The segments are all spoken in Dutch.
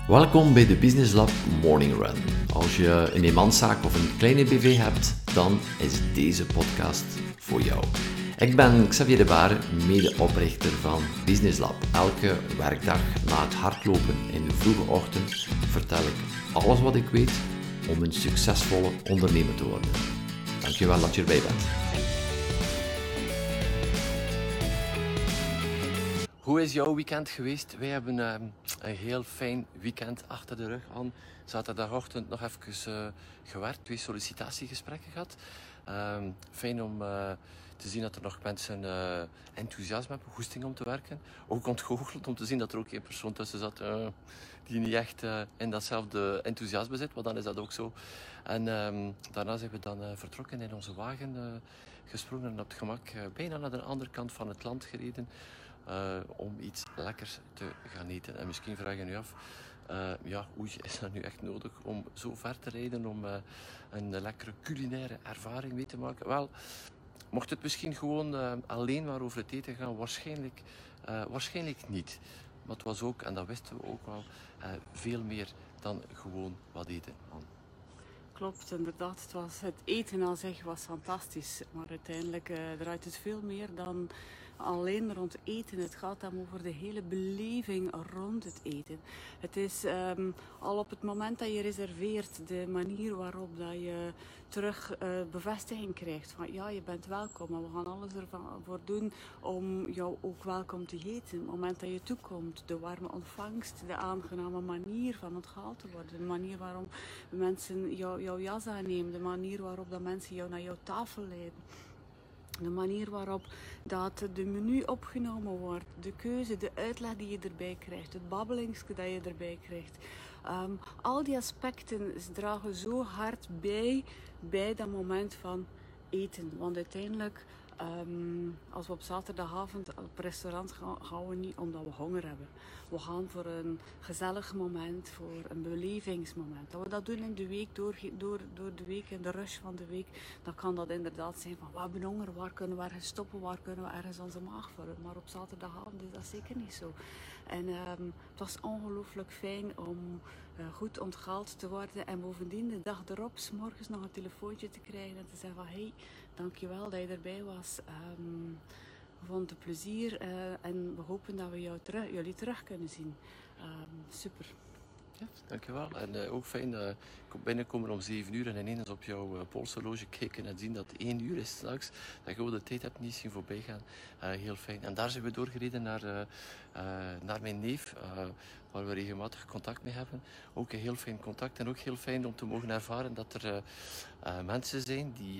Welkom bij de Business Lab Morning Run. Als je een eenmanszaak of een kleine BV hebt, dan is deze podcast voor jou. Ik ben Xavier de Baar, medeoprichter van Business Lab. Elke werkdag na het hardlopen in de vroege ochtend vertel ik alles wat ik weet om een succesvolle ondernemer te worden. Dankjewel dat je erbij bent. Hoe is jouw weekend geweest? Wij hebben een heel fijn weekend achter de rug aan. Zaterdagochtend nog even gewerkt, 2 sollicitatiegesprekken gehad. Fijn om te zien dat er nog mensen enthousiasme hebben, goesting om te werken. Ook ontgoocheld om te zien dat er ook één persoon tussen zat die niet echt in datzelfde enthousiasme zit, maar dan is dat ook zo. En daarna zijn we dan vertrokken in onze wagen, gesprongen en op het gemak bijna naar de andere kant van het land gereden. Om iets lekkers te gaan eten. En misschien vraag je je af, is dat nu echt nodig om zo ver te rijden om een lekkere culinaire ervaring mee te maken? Wel, mocht het misschien gewoon alleen maar over het eten gaan, waarschijnlijk niet. Maar het was ook, en dat wisten we ook wel, veel meer dan gewoon wat eten. Klopt, inderdaad. Het eten aan zich was fantastisch. Maar uiteindelijk draait het veel meer dan alleen rond eten. Het gaat dan over de hele beleving rond het eten. Het is al op het moment dat je reserveert, de manier waarop dat je terug bevestiging krijgt van ja, je bent welkom en we gaan alles ervoor doen om jou ook welkom te heten. Op het moment dat je toekomt, de warme ontvangst, de aangename manier van onthaald te worden, de manier waarop mensen jouw jas aannemen, de manier waarop dat mensen jou naar jouw tafel leiden. De manier waarop dat de menu opgenomen wordt, de keuze, de uitleg die je erbij krijgt, het babbelingsje dat je erbij krijgt. Al die aspecten dragen zo hard bij dat moment van eten. Want uiteindelijk, als we op zaterdagavond op restaurant gaan we niet omdat we honger hebben. We gaan voor een gezellig moment, voor een belevingsmoment. Dat we dat doen in de week, door de week, in de rush van de week, dan kan dat inderdaad zijn van we hebben honger, waar kunnen we ergens stoppen, waar kunnen we ergens onze maag vullen. Maar op zaterdagavond is dat zeker niet zo. En het was ongelooflijk fijn om goed onthaald te worden en bovendien de dag erop 's morgens nog een telefoontje te krijgen en te zeggen van hey, dankjewel dat je erbij was. We vonden het plezier en we hopen dat we jullie terug kunnen zien. Super. Ja, dankjewel. En ook fijn binnenkomen om 7 uur en ineens op jouw polshorloge kijken en zien dat het 1 uur is straks. Dat je gewoon de tijd hebt niet zien voorbij gaan. Heel fijn. En daar zijn we doorgereden naar mijn neef, waar we regelmatig contact mee hebben. Ook een heel fijn contact en ook heel fijn om te mogen ervaren dat er mensen zijn die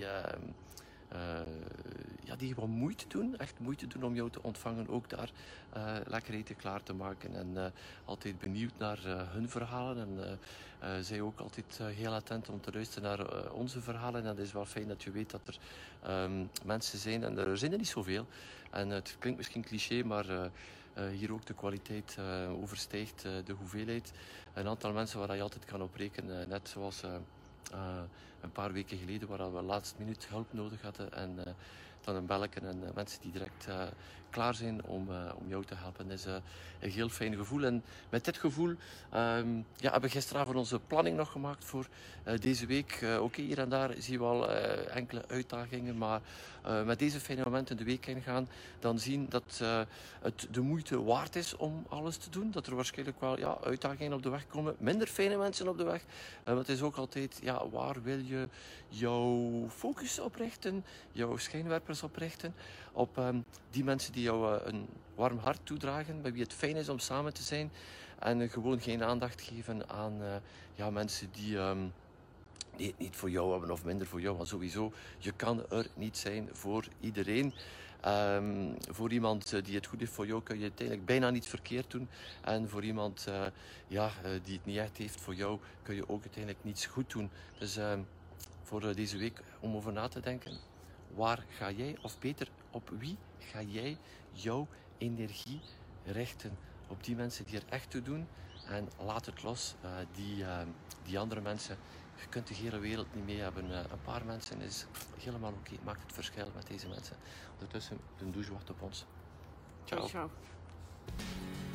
wat moeite doen, echt moeite doen om jou te ontvangen, ook daar lekker eten klaar te maken en altijd benieuwd naar hun verhalen en zij ook altijd heel attent om te luisteren naar onze verhalen en het is wel fijn dat je weet dat er mensen zijn en er zijn er niet zoveel en het klinkt misschien cliché, maar hier ook de kwaliteit overstijgt de hoeveelheid. Een aantal mensen waar je altijd kan op rekenen, net zoals een paar weken geleden, waar we laatst minuut hulp nodig hadden en dan een belletje en mensen die direct klaar zijn om jou te helpen. Dat is een heel fijn gevoel. En met dit gevoel hebben we gisteravond onze planning nog gemaakt voor deze week. Oké, hier en daar zien we al enkele uitdagingen, maar met deze fijne momenten de week ingaan, dan zien dat het de moeite waard is om alles te doen. Dat er waarschijnlijk wel uitdagingen op de weg komen, minder fijne mensen op de weg. Maar het is ook altijd, waar wil je jouw focus op richten, jouw schijnwerpers op richten, op die mensen die jou een warm hart toedragen, bij wie het fijn is om samen te zijn en gewoon geen aandacht geven aan mensen die het niet voor jou hebben of minder voor jou, maar sowieso, je kan er niet zijn voor iedereen. Voor iemand die het goed heeft voor jou kun je uiteindelijk bijna niet verkeerd doen. En voor iemand die het niet echt heeft voor jou kun je ook uiteindelijk niets goed doen. Dus voor deze week om over na te denken. Waar ga jij, of beter op wie ga jij jouw energie richten? Op die mensen die er echt toe doen. En laat het los, die andere mensen. Je kunt de hele wereld niet mee hebben. Een paar mensen is helemaal oké. Maakt het verschil met deze mensen. Ondertussen, de douche wacht op ons. Ciao.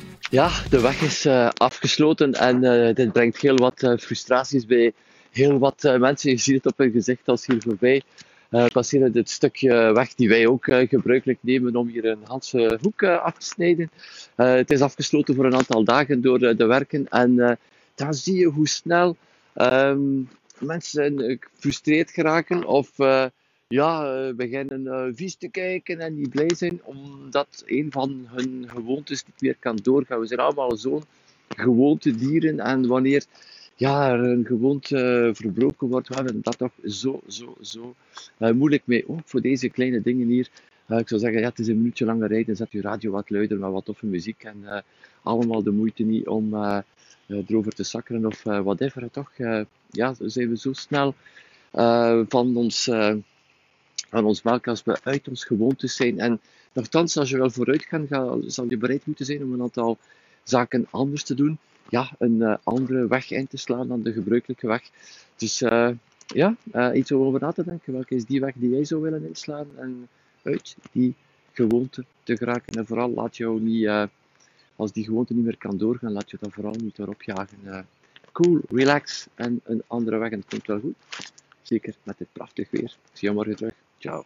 Ja, de weg is afgesloten en dit brengt heel wat frustraties bij heel wat mensen. Je ziet het op hun gezicht als ze hier voorbij passeren. Dit stukje weg die wij ook gebruikelijk nemen om hier een Hanse hoek af te snijden. Het is afgesloten voor een aantal dagen door de werken en dan zie je hoe snel ehm, mensen gefrustreerd geraken of beginnen vies te kijken en niet blij zijn omdat een van hun gewoontes niet meer kan doorgaan. We zijn allemaal zo'n gewoontedieren en wanneer er een gewoonte verbroken wordt, we hebben dat toch zo moeilijk mee. Ook voor deze kleine dingen hier. Ik zou zeggen, ja, het is een minuutje langer rijden, zet je radio wat luider met wat toffe muziek en allemaal de moeite niet om erover te sakkeren of whatever. Toch zijn we zo snel van ons melk als we uit ons gewoontes zijn. En nochtans, als je wel vooruit zal je bereid moeten zijn om een aantal zaken anders te doen. Ja, een andere weg in te slaan dan de gebruikelijke weg. Dus iets om over na te denken. Welke is die weg die jij zou willen inslaan? En uit die gewoonte te geraken. En vooral laat jou niet, als die gewoonte niet meer kan doorgaan, laat je dat vooral niet erop jagen. Cool, relax en een andere weg en het komt wel goed. Zeker met dit prachtig weer. Ik zie je morgen terug. Ciao.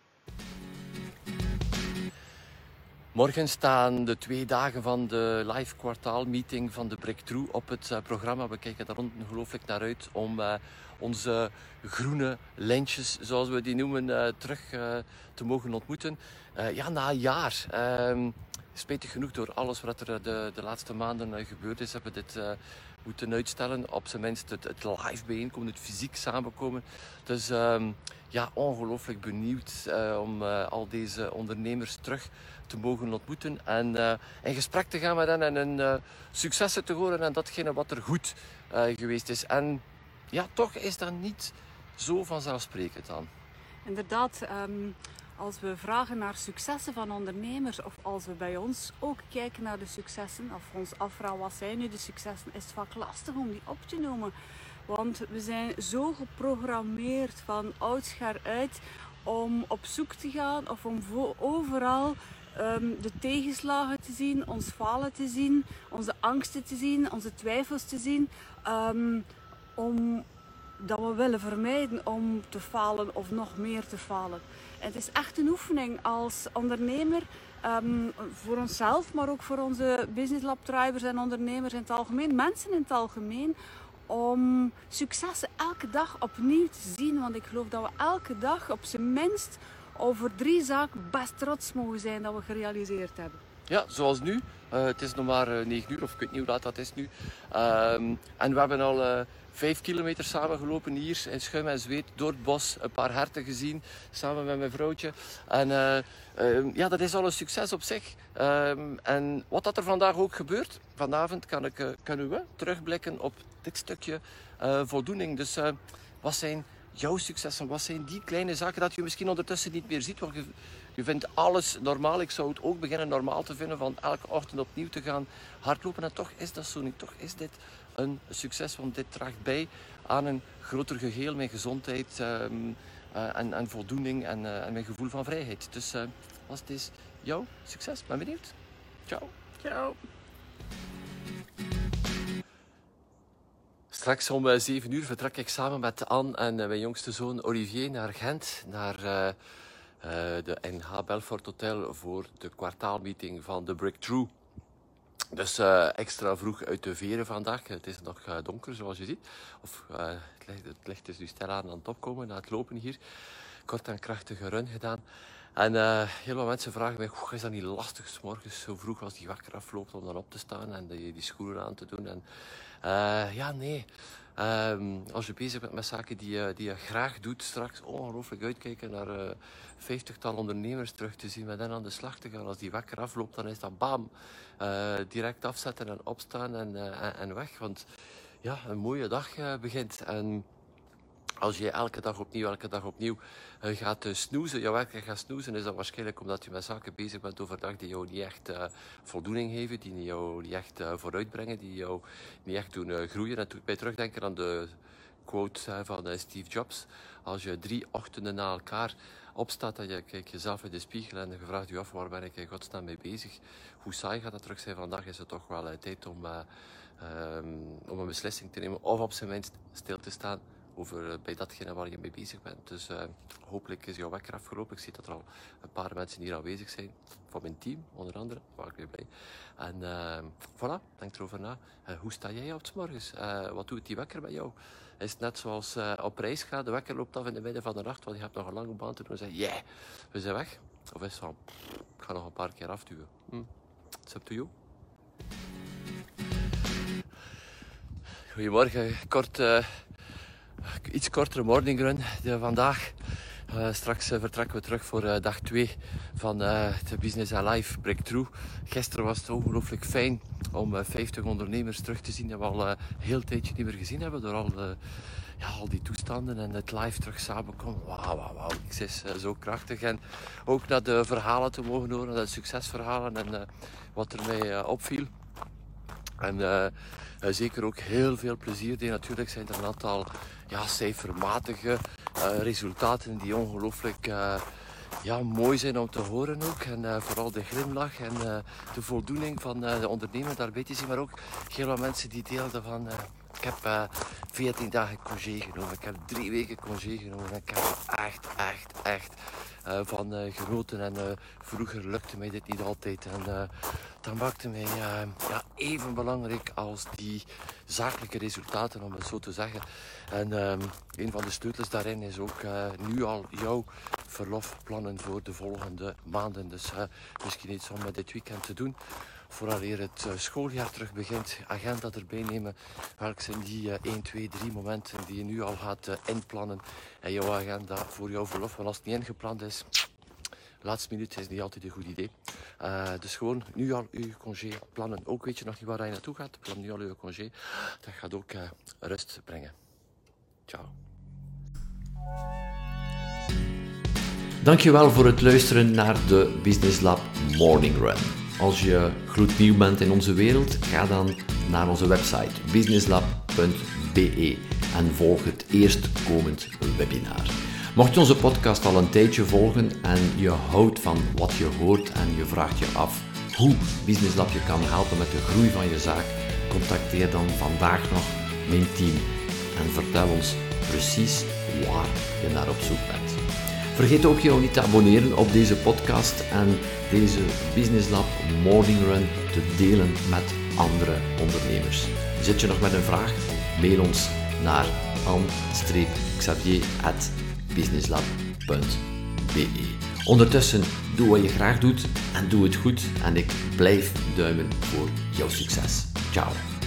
Morgen staan de 2 dagen van de live kwartaalmeeting van de Breakthrough op het programma. We kijken daar ongelooflijk naar uit om onze groene lintjes, zoals we die noemen, terug te mogen ontmoeten. Na een jaar. Spijtig genoeg door alles wat er de laatste maanden gebeurd is, hebben we dit moeten uitstellen. Op zijn minst het live bijeenkomen, het fysiek samenkomen. Dus ongelooflijk benieuwd om al deze ondernemers terug te mogen ontmoeten en in gesprek te gaan met hen en hun successen te horen en datgene wat er goed geweest is. En ja, toch is dat niet zo vanzelfsprekend dan. Inderdaad, als we vragen naar successen van ondernemers of als we bij ons ook kijken naar de successen of ons afvragen wat zijn nu de successen, is het vaak lastig om die op te noemen. Want we zijn zo geprogrammeerd van oudsher uit om op zoek te gaan of om overal de tegenslagen te zien, ons falen te zien, onze angsten te zien, onze twijfels te zien, dat we willen vermijden om te falen of nog meer te falen. En het is echt een oefening als ondernemer, voor onszelf, maar ook voor onze Business Lab Tribers en ondernemers in het algemeen, mensen in het algemeen, om successen elke dag opnieuw te zien. Want ik geloof dat we elke dag op zijn minst over 3 zaken best trots mogen zijn dat we gerealiseerd hebben. Ja, zoals nu. Het is nog maar 9 uur, of ik weet niet hoe laat dat is nu. En we hebben al 5 kilometer samengelopen hier in schuim en zweet door het bos. Een paar herten gezien, samen met mijn vrouwtje. En dat is al een succes op zich. En wat dat er vandaag ook gebeurt, vanavond kunnen we terugblikken op dit stukje voldoening. Dus wat zijn jouw successen? Wat zijn die kleine zaken dat je misschien ondertussen niet meer ziet? Want je vindt alles normaal. Ik zou het ook beginnen normaal te vinden van elke ochtend opnieuw te gaan hardlopen. En toch is dat zo niet. Toch is dit een succes, want dit draagt bij aan een groter geheel, mijn gezondheid en voldoening en mijn gevoel van vrijheid. Dus wat is jouw succes? Ben benieuwd. Ciao. Ciao. Straks om 7 uur vertrek ik samen met Anne en mijn jongste zoon Olivier naar Gent, naar de NH Belfort Hotel voor de kwartaalmeeting van de Breakthrough. Dus extra vroeg uit de veren vandaag. Het is nog donker, zoals je ziet. Het licht is nu stilaan aan het opkomen na het lopen hier. Kort en krachtige run gedaan. En heel wat mensen vragen mij, is dat niet lastig 's morgens zo vroeg als die wakker afloopt om dan op te staan en die schoenen aan te doen? En nee. Als je bezig bent met zaken die je graag doet, straks ongelooflijk uitkijken naar 50-tal ondernemers terug te zien, met hen aan de slag te gaan. Als die wakker afloopt, dan is dat bam, direct afzetten en opstaan en weg. Want ja, een mooie dag begint. En als je elke dag opnieuw gaat snoezen, jouw werk gaat snoezen, is dat waarschijnlijk omdat je met zaken bezig bent overdag die jou niet echt voldoening geven, die jou niet echt vooruitbrengen, die jou niet echt doen groeien. En toen ik mij terugdenken aan de quote van Steve Jobs, als je 3 ochtenden na elkaar opstaat en je kijkt jezelf in de spiegel en je vraagt je af waar ben ik in godsnaam mee bezig. Hoe saai gaat dat terug zijn vandaag? Is het toch wel tijd om een beslissing te nemen of op zijn minst stil te staan over bij datgene waar je mee bezig bent. Dus hopelijk is jouw wekker afgelopen. Ik zie dat er al een paar mensen hier aanwezig zijn. Van mijn team, onder andere. Waar ik weer blij. En voilà, denk erover na. Hoe sta jij op 's morgens? Wat doet die wekker bij jou? Is het net zoals op reis gaan, de wekker loopt af in de midden van de nacht, want je hebt nog een lange baan te doen en zeg je, yeah, we zijn weg. Of is het van, ik ga nog een paar keer afduwen. It's up to you. Goedemorgen, iets kortere morning run vandaag. Straks vertrekken we terug voor dag 2 van de Business Alive Breakthrough. Gisteren was het ongelooflijk fijn om 50 ondernemers terug te zien die we al een heel tijdje niet meer gezien hebben. Door al die toestanden en het live terug samenkomen. Wauw. Het is zo krachtig. En ook naar de verhalen te mogen horen, de succesverhalen en wat er mij opviel. En zeker ook heel veel plezier. Natuurlijk zijn er een aantal cijfermatige resultaten die ongelooflijk mooi zijn om te horen ook. En vooral de glimlach en de voldoening van de ondernemer daarbij te zien. Maar ook heel wat mensen die deelden van... ik heb 14 dagen congé genomen. Ik heb 3 weken congé genomen. Ik heb er echt van genoten. En vroeger lukte mij dit niet altijd. En dat maakte mij even belangrijk als die zakelijke resultaten, om het zo te zeggen. En een van de sleutels daarin is ook nu al jouw verlofplannen voor de volgende maanden. Dus misschien iets om dit weekend te doen. Vooraleer het schooljaar terug begint, agenda erbij nemen. Welke zijn die 1, 2, 3 momenten die je nu al gaat inplannen in jouw agenda voor jouw verlof. Want als het niet ingepland is, laatste minuut is niet altijd een goed idee. Dus gewoon nu al uw congé plannen. Ook weet je nog niet waar je naartoe gaat, plan nu al uw congé. Dat gaat ook rust brengen. Ciao. Dankjewel voor het luisteren naar de Business Lab Morning Run. Als je gloednieuw bent in onze wereld, ga dan naar onze website businesslab.be en volg het eerstkomend webinar. Mocht je onze podcast al een tijdje volgen en je houdt van wat je hoort en je vraagt je af hoe Business Lab je kan helpen met de groei van je zaak, contacteer dan vandaag nog mijn team en vertel ons precies waar je naar op zoek bent. Vergeet ook jou niet te abonneren op deze podcast en deze Business Lab Morning Run te delen met andere ondernemers. Zit je nog met een vraag? Mail ons naar an-xavier@businesslab.be. Ondertussen, doe wat je graag doet en doe het goed en ik blijf duimen voor jouw succes. Ciao.